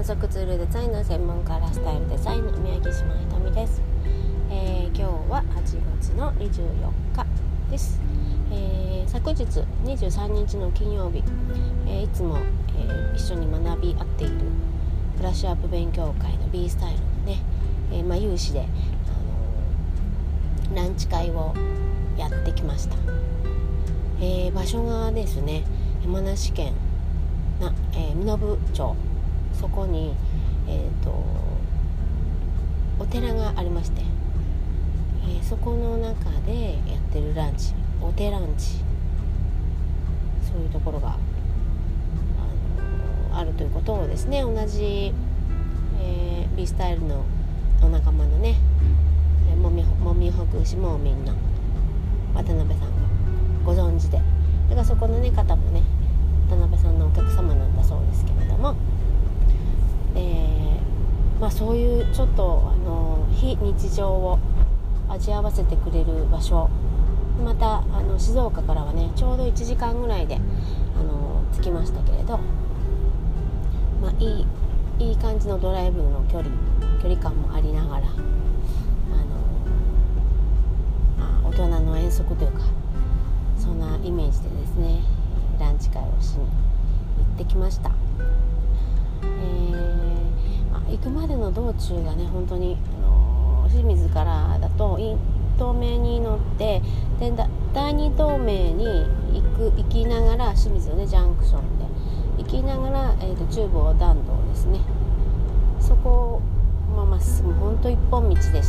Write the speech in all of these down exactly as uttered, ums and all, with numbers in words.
観測ツールデザインの専門家、ラスタイルデザインの宮城島ひとみです。えー、今日ははちがつのにじゅうよっかです。えー、昨日にじゅうさんにちの金曜日、えー、いつも、えー、一緒に学び合っているブラッシュアップ勉強会の B スタイルのね、えーまあ、有志で、あのー、ランチ会をやってきました。えー、場所がですね、山梨県な、えー、身延町、そこに、えー、とお寺がありまして、えー、そこの中でやってるランチ、お寺ランチ、そういうところが あのあるということをですね、同じ、えー、B スタイルのお仲間のね、もみもみほぐしもみんな渡辺さんがご存知で、だからそこの、ね、方もね渡辺さんのお客様なんだそうですけれども、えーまあ、そういうちょっとあの非日常を味わわせてくれる場所、またあの静岡からはねちょうどいちじかんぐらいであの着きましたけれど、まあ、いいいい感じのドライブの距離距離感もありながら、あの、まあ、大人の遠足というか、そんなイメージでですねランチ会をしに行ってきました。えーまあ、行くまでの道中がね本当に、あの清水からだといち東名に乗ってでだだいに東名に行く行きながら清水のねジャンクションで行きながら、えー、と中部横断道ですね、そこをまあまっすぐ本当一本道でした。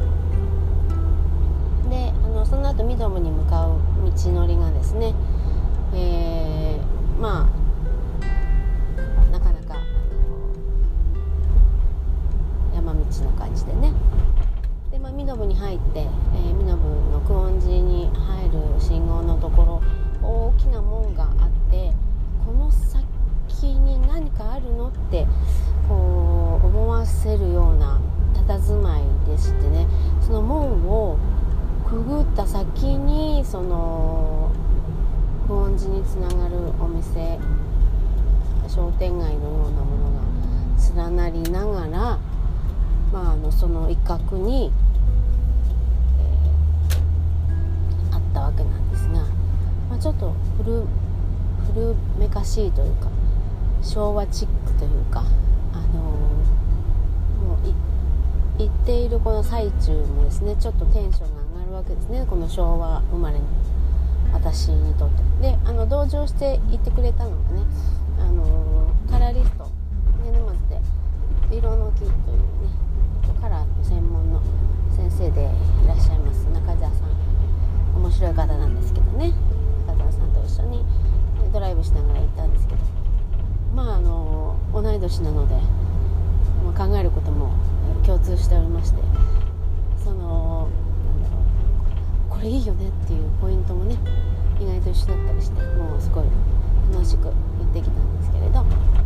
であのその後ミドムに向かう道のりがですね、えー、まあなかなかあの山道の感じでね、で、まあ、ミドムに入って、えー、ミドムの久遠寺に入る信号のところ、大きな門があって、この先に何かあるのってこう思わせるような佇まいでしてね、その門をくぐった先にその久遠寺につながるお店、商店街のようなものが連なりながら、まあ、あのその一角に、えー、あったわけなんですが、まあ、ちょっと古古めかしいというか昭和チックというか、あのー、もうい行っているこの最中もですねちょっとテンションが上がるわけですね、この昭和生まれの私にとって。であの同乗して行ってくれたのがね、あのー、カラーリスト根沼津で色の木というねカラーの専門の先生でいらっしゃいます中澤さん、面白い方なんですけどね、中澤さんと一緒にドライブしながら行ったんですけど、まああの同い年なので、まあ、考えることも共通しておりまして、そのなんだろう、これいいよねっていうポイントもね意外と一緒だったりして、もうすごい楽しく行ってきたんですけれど、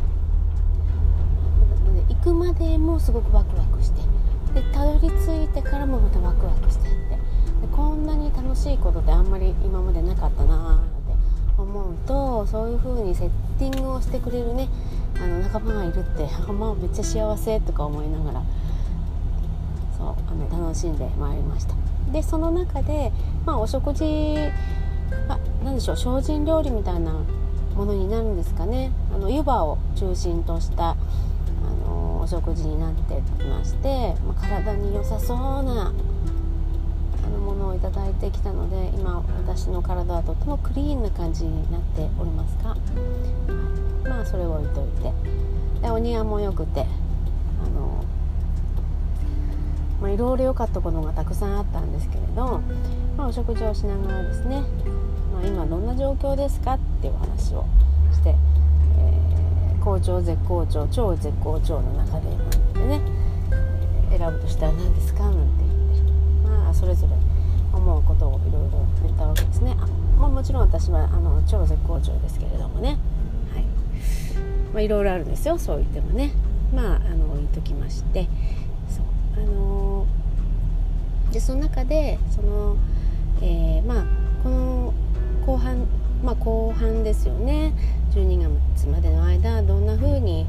行くまでもすごくワクワクして、でたどり着いてからもまたワクワクしてって、でこんなに楽しいことってあんまり今までなかったなって思うと、そういう風にセッティングをしてくれるねあの仲間がいるって、まあ、めっちゃ幸せとか思いながら、そうあの楽しんでまいりました。でその中で、まあ、お食事、あ、なんでしょう、精進料理みたいなものになるんですかね、あの湯葉を中心としたあのお食事になってまして、まあ、体に良さそうなあのものをいただいてきたので、今私の体はとてもクリーンな感じになっておりますが、まあそれを置いといて、でお庭も良くて、あのまあ、いろいろ良かったことがたくさんあったんですけれど、まあ、お食事をしながらですね、まあ、今どんな状況ですかっていう話をして、えー、好調絶好調超絶好調の中でなんでね、選ぶとしたら何ですかなんて言って、まあそれぞれ思うことをいろいろ言ったわけですね。あ、まあ、もちろん私はあの超絶好調ですけれどもね、はい、まあ、いろいろあるんですよ、そう言ってもね、まああの言っときまして、そうあのー、でその中でその、えー、まあこの後半まあ後半ですよね、じゅうにがつまでの間どんな風に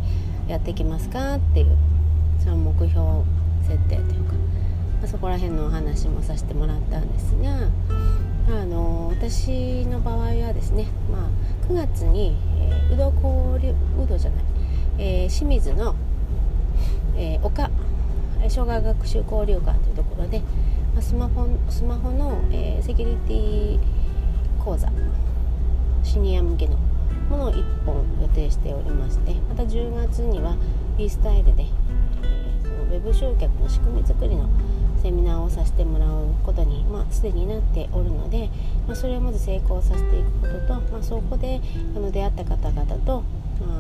やっていきますかっていう、その目標設定というか、まあ、そこら辺のお話もさせてもらったんですが、あの私の場合はですね、まあ、くがつに、えー、うど交流うどじゃない、えー、清水の、えー、岡障害学習交流館というところで、まあ、スマホスマホの、えー、セキュリティ講座シニア向けのものをいっぽん予定しておりまして、またじゅうがつには B スタイルで、えー、そのウェブ集客の仕組み作りのセミナーをさせてもらうことに、まあ、すでになっておるので、まあ、それをまず成功させていくことと、まあ、そこであの出会った方々と、まあ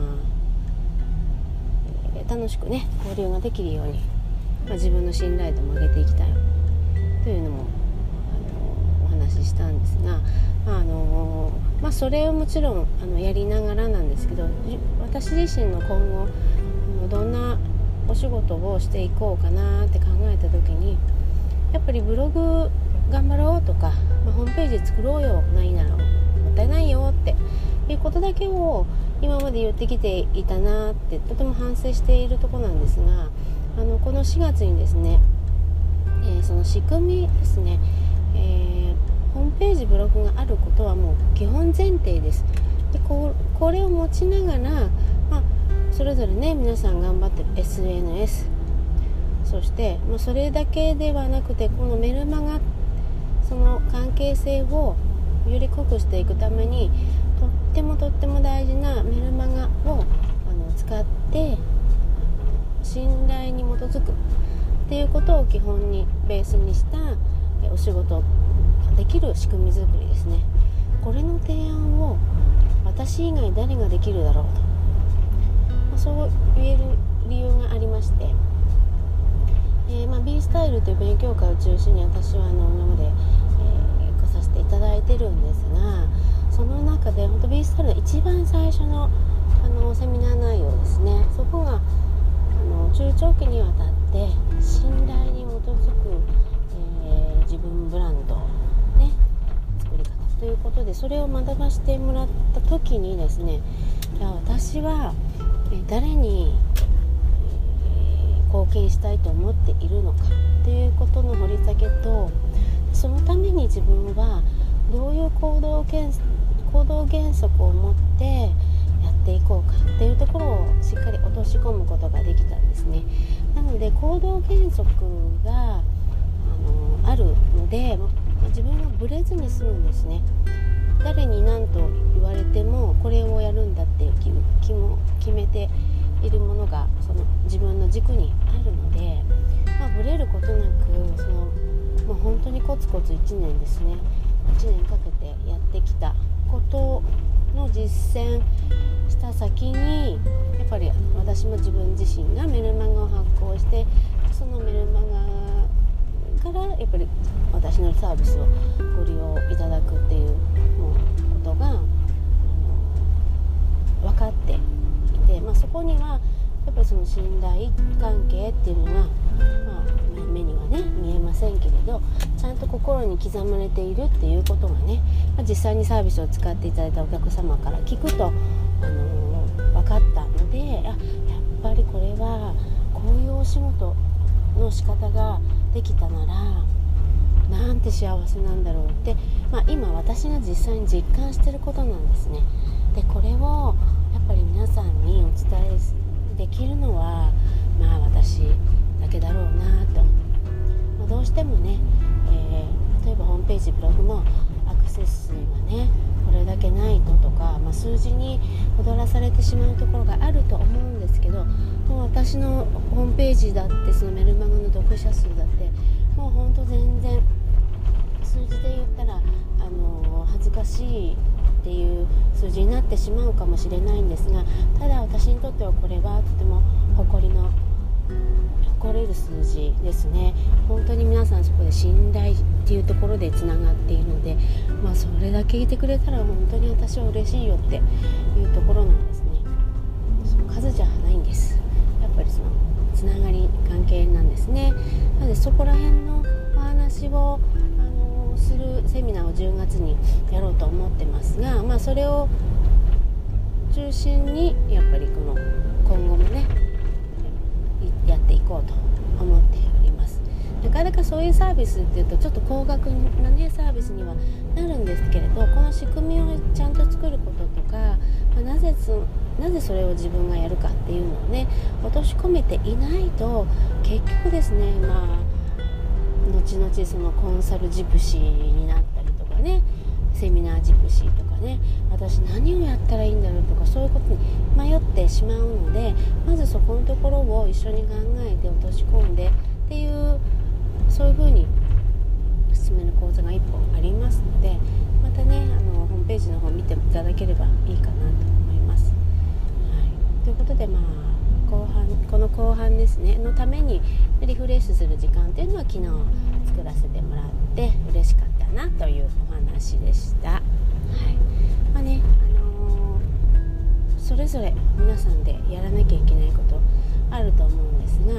えー、楽しくね交流ができるように、まあ、自分の信頼度も上げていきたいというのもあのお話ししたんですが、あのまあ、それをもちろんあのやりながらなんですけど、私自身の今後どんなお仕事をしていこうかなって考えた時に、やっぱりブログ頑張ろうとか、まあ、ホームページ作ろうよないならもったいないよっていうことだけを今まで言ってきていたなってとても反省しているところなんですが、あのこのしがつにですね、えー、その仕組みですね、えー、ホームページブログがあることはもう基本前提です。で こ, これを持ちながら、まあ、それぞれね皆さん頑張ってる エスエヌエス、 そして、まあ、それだけではなくてこのメルマガ、その関係性をより濃くしていくためにとってもとっても大事なメルマガをあの使って信頼に基づくっていうことを基本にベースにしたお仕事ができる仕組み作りですね。これの提案を私以外誰ができるだろうと、まあ、そう言える理由がありまして、えーまあ、B スタイルという勉強会を中心に私はあの今まで、えー、来させていただいてるんですが、その中で本当 B スタイルの一番最初の、あのセミナー内容ですね、そこがあの中長期にわたって信頼に基づく、えー、自分ブランドね作り方ということで、それを学ばせてもらった時にですね、じゃあ私は誰に貢献したいと思っているのかということの掘り下げと、そのために自分はどういう行動原行動原則を持ってやっていこうかっていうところをしっかり落とし込むことができたんですね。なので行動原則があのあるので、自分はブレずに済むんですね。誰に何と言われてもこれをやるんだっていう気も決めているものがその自分の軸にあるので、まあ、ブレることなくそのもう本当にコツコツいちねんですね、いちねんかけてやってきたことの実践した先に、やっぱり私も自分自身がメルマガを発行して、そのメルマガからやっぱり私のサービスをご利用いただくっていうことがあの分かっていて、まあ、そこにはやっぱりその信頼関係っていうのが、まあ、目にはね見えませんけれど、ちゃんと心に刻まれているっていうことがね、まあ、実際にサービスを使っていただいたお客様から聞くと、あのー、分かったので、あ、やっぱりこれはこういうお仕事の仕方ができたならなんて幸せなんだろうって、まあ、今私が実際に実感していることなんですね。でこれをやっぱり皆さんにお伝えできるのは、まあ私だけだろうなと、まあ、どうしてもね、えー、例えばホームページブログのアクセス数がねこれだけないととか、まあ、数字に踊らされてしまうところがあると思うんですけど、もう私のホームページだってそのメルマガの読者数だってもうほんと全然数字で言ったら、あのー、恥ずかしいっていう数字になってしまうかもしれないんですが、ただ私にとってはこれはとても誇りの誇れる数字ですね。本当に皆さんそこで信頼っていうところでつながっているので、まあ、それだけいてくれたら本当に私は嬉しいよっていうところなんですね。その数じゃないんです。やっぱりそのつながり関係なんですね。なのでそこら辺のお話をあのするセミナーをじゅうがつにやろうと思ってますが、まあ、それを中心にやっぱりこの今後もねやっていこうと思っております。なかなかそういうサービスっていうとちょっと高額なねサービスにはなるんですけれど、この仕組みをちゃんと作ることとか、まあ、なぜそなぜそれを自分がやるかっていうのをね落とし込めていないと、結局ですね、まあ後々そのコンサルジプシーになったりとかね、セミナージプシーとかね、私何をやったらいいんだろうとか、そういうことに迷ってしまうので、まずそこのところを一緒に考えて落とし込んでっていう、そういう風に進める講座がいっぽんありますので、またねあのホームページの方見ていただければいいかなと思います。はい、ということで、まあ後半この後半ですねのためにリフレッシュする時間っていうのは昨日作らせてもらって嬉しかったなというお話でした。はい、まあね、あのー、それぞれ皆さんでやらなきゃいけないことあると思うんですが、あの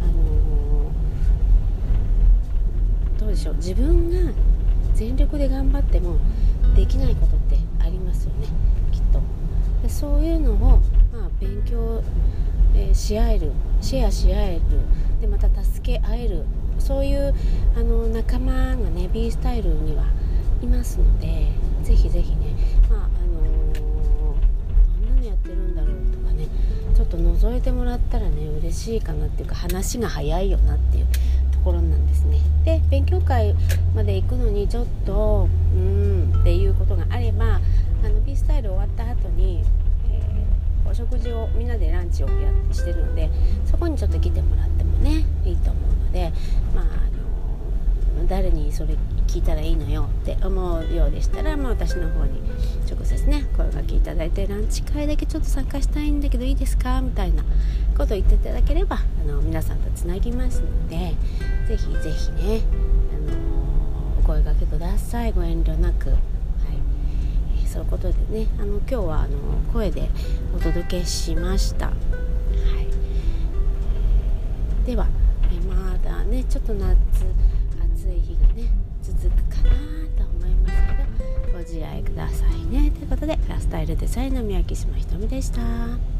ー、どうでしょう、自分が全力で頑張ってもできないことってありますよね、きっと。でそういうのを、まあ、勉強、えー、し合える、シェアし合える、でまた助け合える、そういうあの仲間がね B スタイルにはいますので、ぜひぜひね、まああのー、どんなのやってるんだろうとかね、ちょっと覗いてもらったらね嬉しいかなっていうか、話が早いよなっていうところなんですね。で勉強会まで行くのにちょっとうーんっていうことがあれば、あの B スタイル終わった後に、えー、お食事をみんなでランチをやしてるので、そこにちょっと来てもらってもねいいと思うので、まあ、あの誰にそれ聞いたらいいのよって思うようでしたら、まあ、私の方に直接ね声掛けいただいて、ランチ会だけちょっと参加したいんだけどいいですかみたいなことを言っていただければ、あの皆さんとつなぎますので、ぜひぜひね、あのお声掛けください、ご遠慮なく。はい、えー、そういうことでね、あの今日はあの声でお届けしました。はい、ではまだねちょっと夏暑い日がね続くかなと思いますけど、ご自愛くださいねということで、ラスタイルデザインの宮城島ひとみでした。